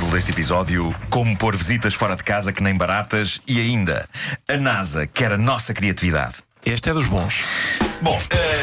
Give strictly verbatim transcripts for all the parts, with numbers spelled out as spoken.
Título deste episódio: Como pôr visitas fora de casa que nem baratas. E ainda, a NASA quer a nossa criatividade. Este é dos bons. Bom,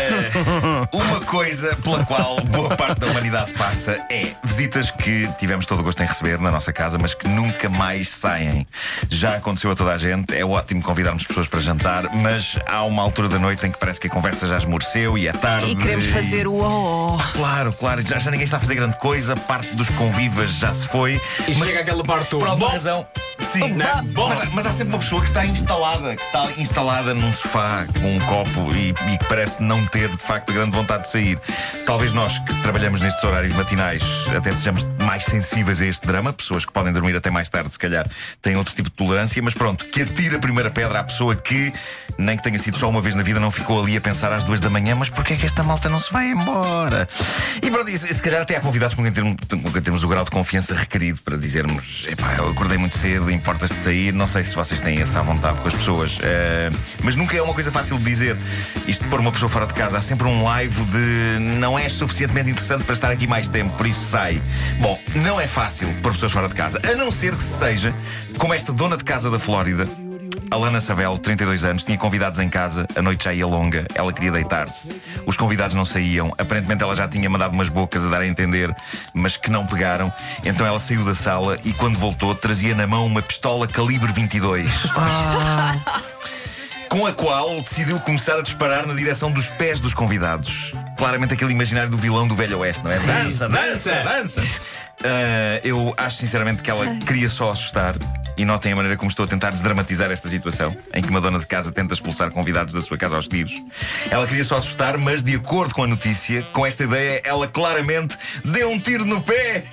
uh, uma coisa pela qual boa parte da humanidade passa é visitas que tivemos todo o gosto em receber na nossa casa, mas que nunca mais saem. Já aconteceu a toda a gente. É ótimo convidarmos pessoas para jantar, mas há uma altura da noite em que parece que a conversa já esmoreceu e é tarde. E queremos fazer o oh, oh. Claro, claro, já, já ninguém está a fazer grande coisa. Parte dos convivas já se foi. E mas chega aquela parte do por alguma bom. razão. Sim, Não, bom. mas, mas há sempre uma pessoa que está instalada, que está instalada num sofá com um copo e, e que parece não ter de facto grande vontade de sair. Talvez nós que trabalhamos nestes horários matinais até sejamos mais sensíveis a este drama. Pessoas que podem dormir até mais tarde, se calhar, têm outro tipo de tolerância. Mas pronto, que atire a primeira pedra à pessoa que, nem que tenha sido só uma vez na vida, não ficou ali a pensar às duas da manhã: mas porquê é que esta malta não se vai embora? E pronto, e, se calhar até há convidados com quem termos, com quem temos o grau de confiança requerido para dizermos: epá, eu acordei muito cedo, importas de sair. Não sei se vocês têm essa vontade com as pessoas, uh, mas nunca é uma coisa fácil de dizer. Isto de pôr uma pessoa fora de casa, há sempre um live de não és suficientemente interessante para estar aqui mais tempo, por isso sai. Bom, não é fácil pôr pessoas fora de casa, a não ser que seja como esta dona de casa da Flórida, Alana Savelo, trinta e dois anos, tinha convidados em casa, a noite já ia longa, ela queria deitar-se. Os convidados não saíam, aparentemente ela já tinha mandado umas bocas a dar a entender, mas que não pegaram. Então ela saiu da sala e quando voltou trazia na mão uma pistola calibre vinte e dois. Ah. Com a qual decidiu começar a disparar na direção dos pés dos convidados. Claramente aquele imaginário do vilão do Velho Oeste, não é? Dança, dança, dança! Uh, eu acho sinceramente que ela queria só assustar. E notem a maneira como estou a tentar desdramatizar esta situação, em que uma dona de casa tenta expulsar convidados da sua casa aos tiros. Ela queria só assustar, mas de acordo com a notícia, com esta ideia, ela claramente deu um tiro no pé.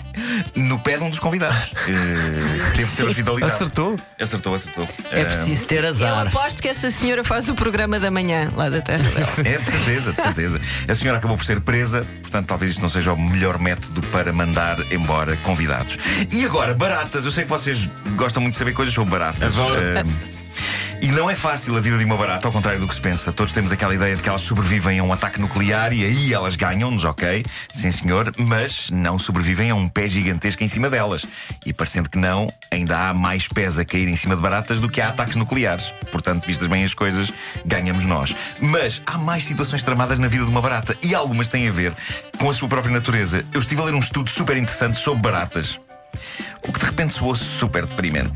No pé de um dos convidados. uh, Teve de ser hospitalizado. Acertou? Acertou, acertou. É preciso ter Eu azar. aposto que essa senhora faz o programa da manhã lá da terra dela. É, de certeza, de certeza. A senhora acabou por ser presa, portanto talvez isto não seja o melhor método para mandar embora convidados. E agora, baratas. Eu sei que vocês gostam muito de saber coisas sobre baratas. Adoro. Uh, E não é fácil a vida de uma barata, ao contrário do que se pensa. Todos temos aquela ideia de que elas sobrevivem a um ataque nuclear e aí elas ganham-nos, ok? Sim, senhor, mas não sobrevivem a um pé gigantesco em cima delas. E parecendo que não, ainda há mais pés a cair em cima de baratas do que há ataques nucleares. Portanto, vistas bem as coisas, ganhamos nós. Mas há mais situações tramadas na vida de uma barata e algumas têm a ver com a sua própria natureza. Eu estive a ler um estudo super interessante sobre baratas, o que de repente soou super deprimente.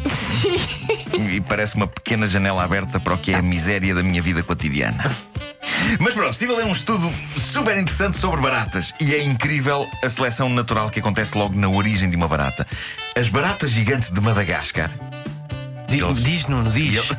E parece uma pequena janela aberta para o que é a miséria da minha vida cotidiana. Mas pronto, estive a ler um estudo super interessante sobre baratas. E é incrível a seleção natural que acontece logo na origem de uma barata. As baratas gigantes de Madagascar. Diz, Eles... diz Nuno, diz. Ele...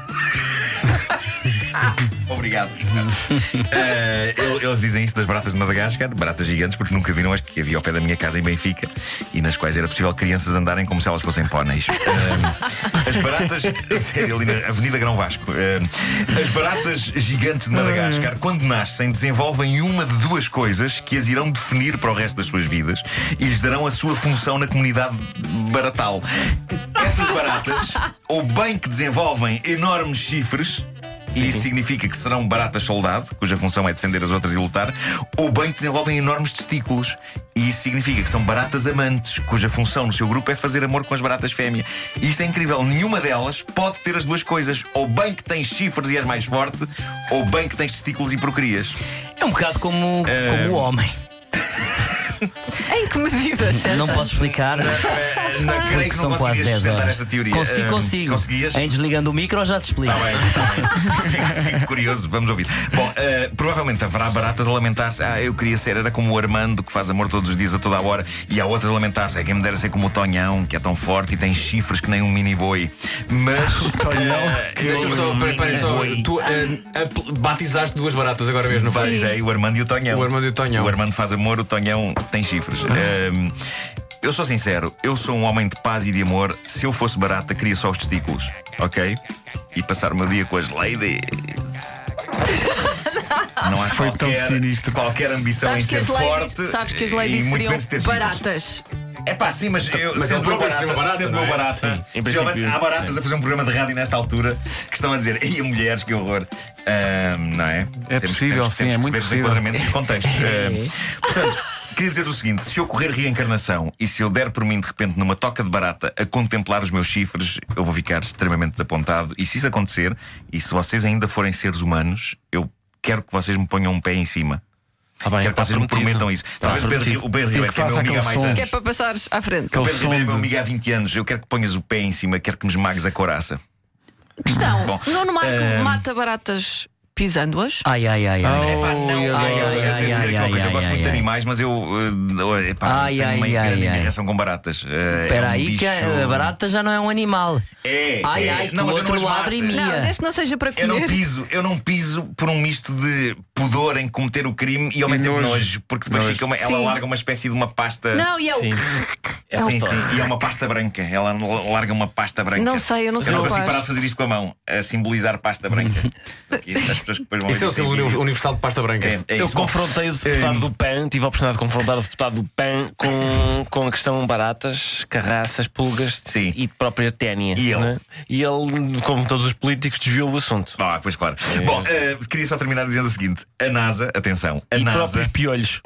Obrigado. uh, Eles dizem isso das baratas de Madagascar, baratas gigantes, porque nunca viram as que havia ao pé da minha casa em Benfica e nas quais era possível crianças andarem como se elas fossem póneis. Uh, as baratas, sério, ali na Avenida Grão Vasco. Uh, as baratas gigantes de Madagascar, quando nascem, desenvolvem uma de duas coisas que as irão definir para o resto das suas vidas e lhes darão a sua função na comunidade baratal. Essas baratas, ou bem que desenvolvem enormes chifres, e isso significa que serão baratas soldado, cuja função é defender as outras e lutar, ou bem que desenvolvem enormes testículos, e isso significa que são baratas amantes, cuja função no seu grupo é fazer amor com as baratas fêmea. E isto é incrível, nenhuma delas pode ter as duas coisas. Ou bem que tens chifres e és mais forte, ou bem que tens testículos e procrias. É um bocado como, como o homem. Em que medida, certo? Não posso explicar. Não, creio que não São quase conseguirias dez sustentar horas. essa teoria. Consigo, Uh, consigo. Conseguias? Em desligando o micro, eu já te explico. Está bem, está bem. Fico, fico curioso, vamos ouvir. Bom, uh, provavelmente haverá baratas a lamentar-se. Ah, eu queria ser, era como o Armando, que faz amor todos os dias a toda a hora. E há outras a lamentar-se. É quem me dera ser como o Tonhão, que é tão forte e tem chifres que nem um mini boi. Mas. Tonhão. Uh, Deixa-me só, peraí, peraí, só. Tu uh, batizaste duas baratas agora mesmo, não faz? Batizei o Armando e o Tonhão. O Armando e o Tonhão. O Armando faz amor, o Tonhão tem chifres. Uh, Eu sou sincero, eu sou um homem de paz e de amor. Se eu fosse barata, queria só os testículos, ok? E passar o meu dia com as ladies. Não há Foi qualquer, tão sinistro. qualquer ambição Sabes em que, ser as ladies, forte. sabes que as e ladies muito seriam menos ter chifres. baratas. É pá, sim, mas eu Mas sendo ele meu próprio seria barata, uma barata, sendo não meu é? barata, Sim, em possivelmente princípio, há baratas sim. a fazer um programa de rádio nesta altura que estão a dizer: ei, mulheres, que horror. Ahm, não é? É Temos- possível, temos- sim, temos é que muito perceber os possível. enquadramentos e os contextos. Ahm, portanto, queria dizer o seguinte: se ocorrer reencarnação e se eu der por mim de repente numa toca de barata a contemplar os meus chifres, eu vou ficar extremamente desapontado. E se isso acontecer, e se vocês ainda forem seres humanos, eu quero que vocês me ponham um pé em cima. Tá bem, Quero que tá vocês me prometido. prometam isso. Tá Talvez o Pedro, prometido. o Pedro E Ribeiro, que que é meu faça amigo há aquele mais som. anos. Que é para passares à frente. O Pedro som Ribeiro é meu de- amigo há vinte anos. Eu quero que ponhas o pé em cima, quero que me esmagues a couraça. Questão: Bom, Nuno Marco eh, mata baratas pisando-as? Ai, ai, ai, ai. Epá, não, Ai, eu, ai, eu, ai, eu devo ai, dizer ai, aqui uma coisa, ai, eu gosto ai, muito de ai. animais, mas eu uh, epá, Ai, tenho ai, uma ai, grande ai. indignação com baratas. Uh, Espera é um aí, bicho... que a barata já não é um animal. É, Ai, é. ai, que não, o mas eu outro não as mato. ladra e mia. Não, desde que não seja para Eu não comer. piso, eu não piso por um misto de pudor em cometer o crime e ao mesmo tempo nojo. nojo, porque depois Nojo. fica uma, ela Sim. larga uma espécie de uma pasta. Não, e eu. Sim. Sim, sim, e é uma pasta branca. Ela larga uma pasta branca. Não sei, eu não sei Eu não o que consigo faz. parar de fazer isto com a mão, a simbolizar pasta branca. Porque as pessoas que depois vão Isso é o ver símbolo vídeo- universal de pasta branca. É, é Eu isso. Bom, confrontei o deputado Hum. do P A N, tive a oportunidade de confrontar o deputado do P A N com, com a questão baratas, carraças, pulgas Sim. e própria ténia. E ele? né? E ele, como todos os políticos, desviou o assunto. Ah, pois claro. Bom, eh, queria só terminar dizendo o seguinte: a NASA, atenção, a E NASA, próprios piolhos.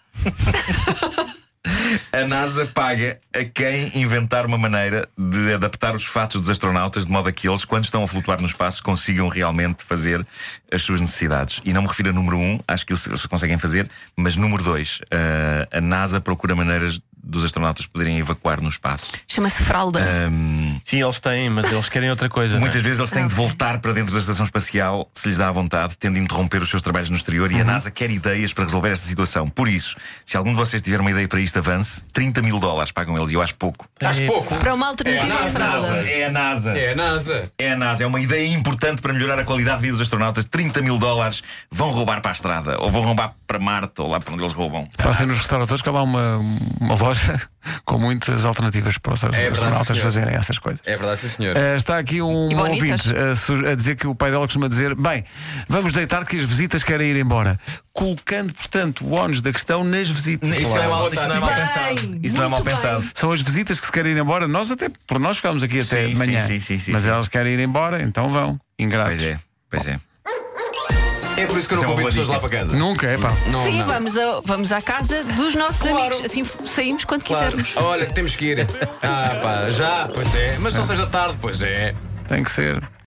a NASA paga a quem inventar uma maneira de adaptar os fatos dos astronautas de modo a que eles, quando estão a flutuar no espaço, consigam realmente fazer as suas necessidades. E não me refiro a número um, acho que eles eles conseguem fazer, mas número dois, eh, a NASA procura maneiras dos astronautas poderem evacuar no espaço. Chama-se fralda. Ahm, Sim, eles têm, mas eles querem outra coisa. Muitas não é? vezes eles têm de voltar para dentro da estação espacial se lhes dá à vontade, tendo de interromper os seus trabalhos no exterior. E a NASA quer ideias para resolver esta situação. Por isso, se algum de vocês tiver uma ideia para isto, avance. trinta mil dólares pagam eles, e eu acho pouco. Acho pouco. Para uma alternativa É a à NASA. fralda. É a NASA. É a NASA. É a NASA. É uma ideia importante para melhorar a qualidade de vida dos astronautas. trinta mil dólares vão roubar para a estrada, ou vão roubar para Marte, ou lá para onde eles roubam. A Passem NASA. nos restauradores que há lá uma, uma loja com muitas alternativas para os verdade, astronautas senhor. fazerem essas coisas. É verdade, sim, senhor. Eh, está aqui um E bonitas. ouvinte a, su- a dizer que o pai dela costuma dizer: bem, vamos deitar que as visitas querem ir embora, colocando, portanto, o ónus da questão nas visitas. Isso, não é mal, isso não é mal Bem, pensado. Isso não é mal muito bem. pensado. São as visitas que se querem ir embora. Nós até, por nós ficamos aqui até Sim, de manhã, sim, sim, sim, mas sim. elas querem ir embora, então vão, ingratos. Pois é, pois é. É por isso que eu Isso não é uma convido boa pessoas dica. lá para casa. Nunca, é pá. Não, Sim, não. Vamos, a- vamos à casa dos nossos Claro. amigos. Assim f- saímos quando Claro. quisermos. Olha, temos que ir. Ah, pá, já, pois é. Mas não seja tarde, pois é. Tem que ser.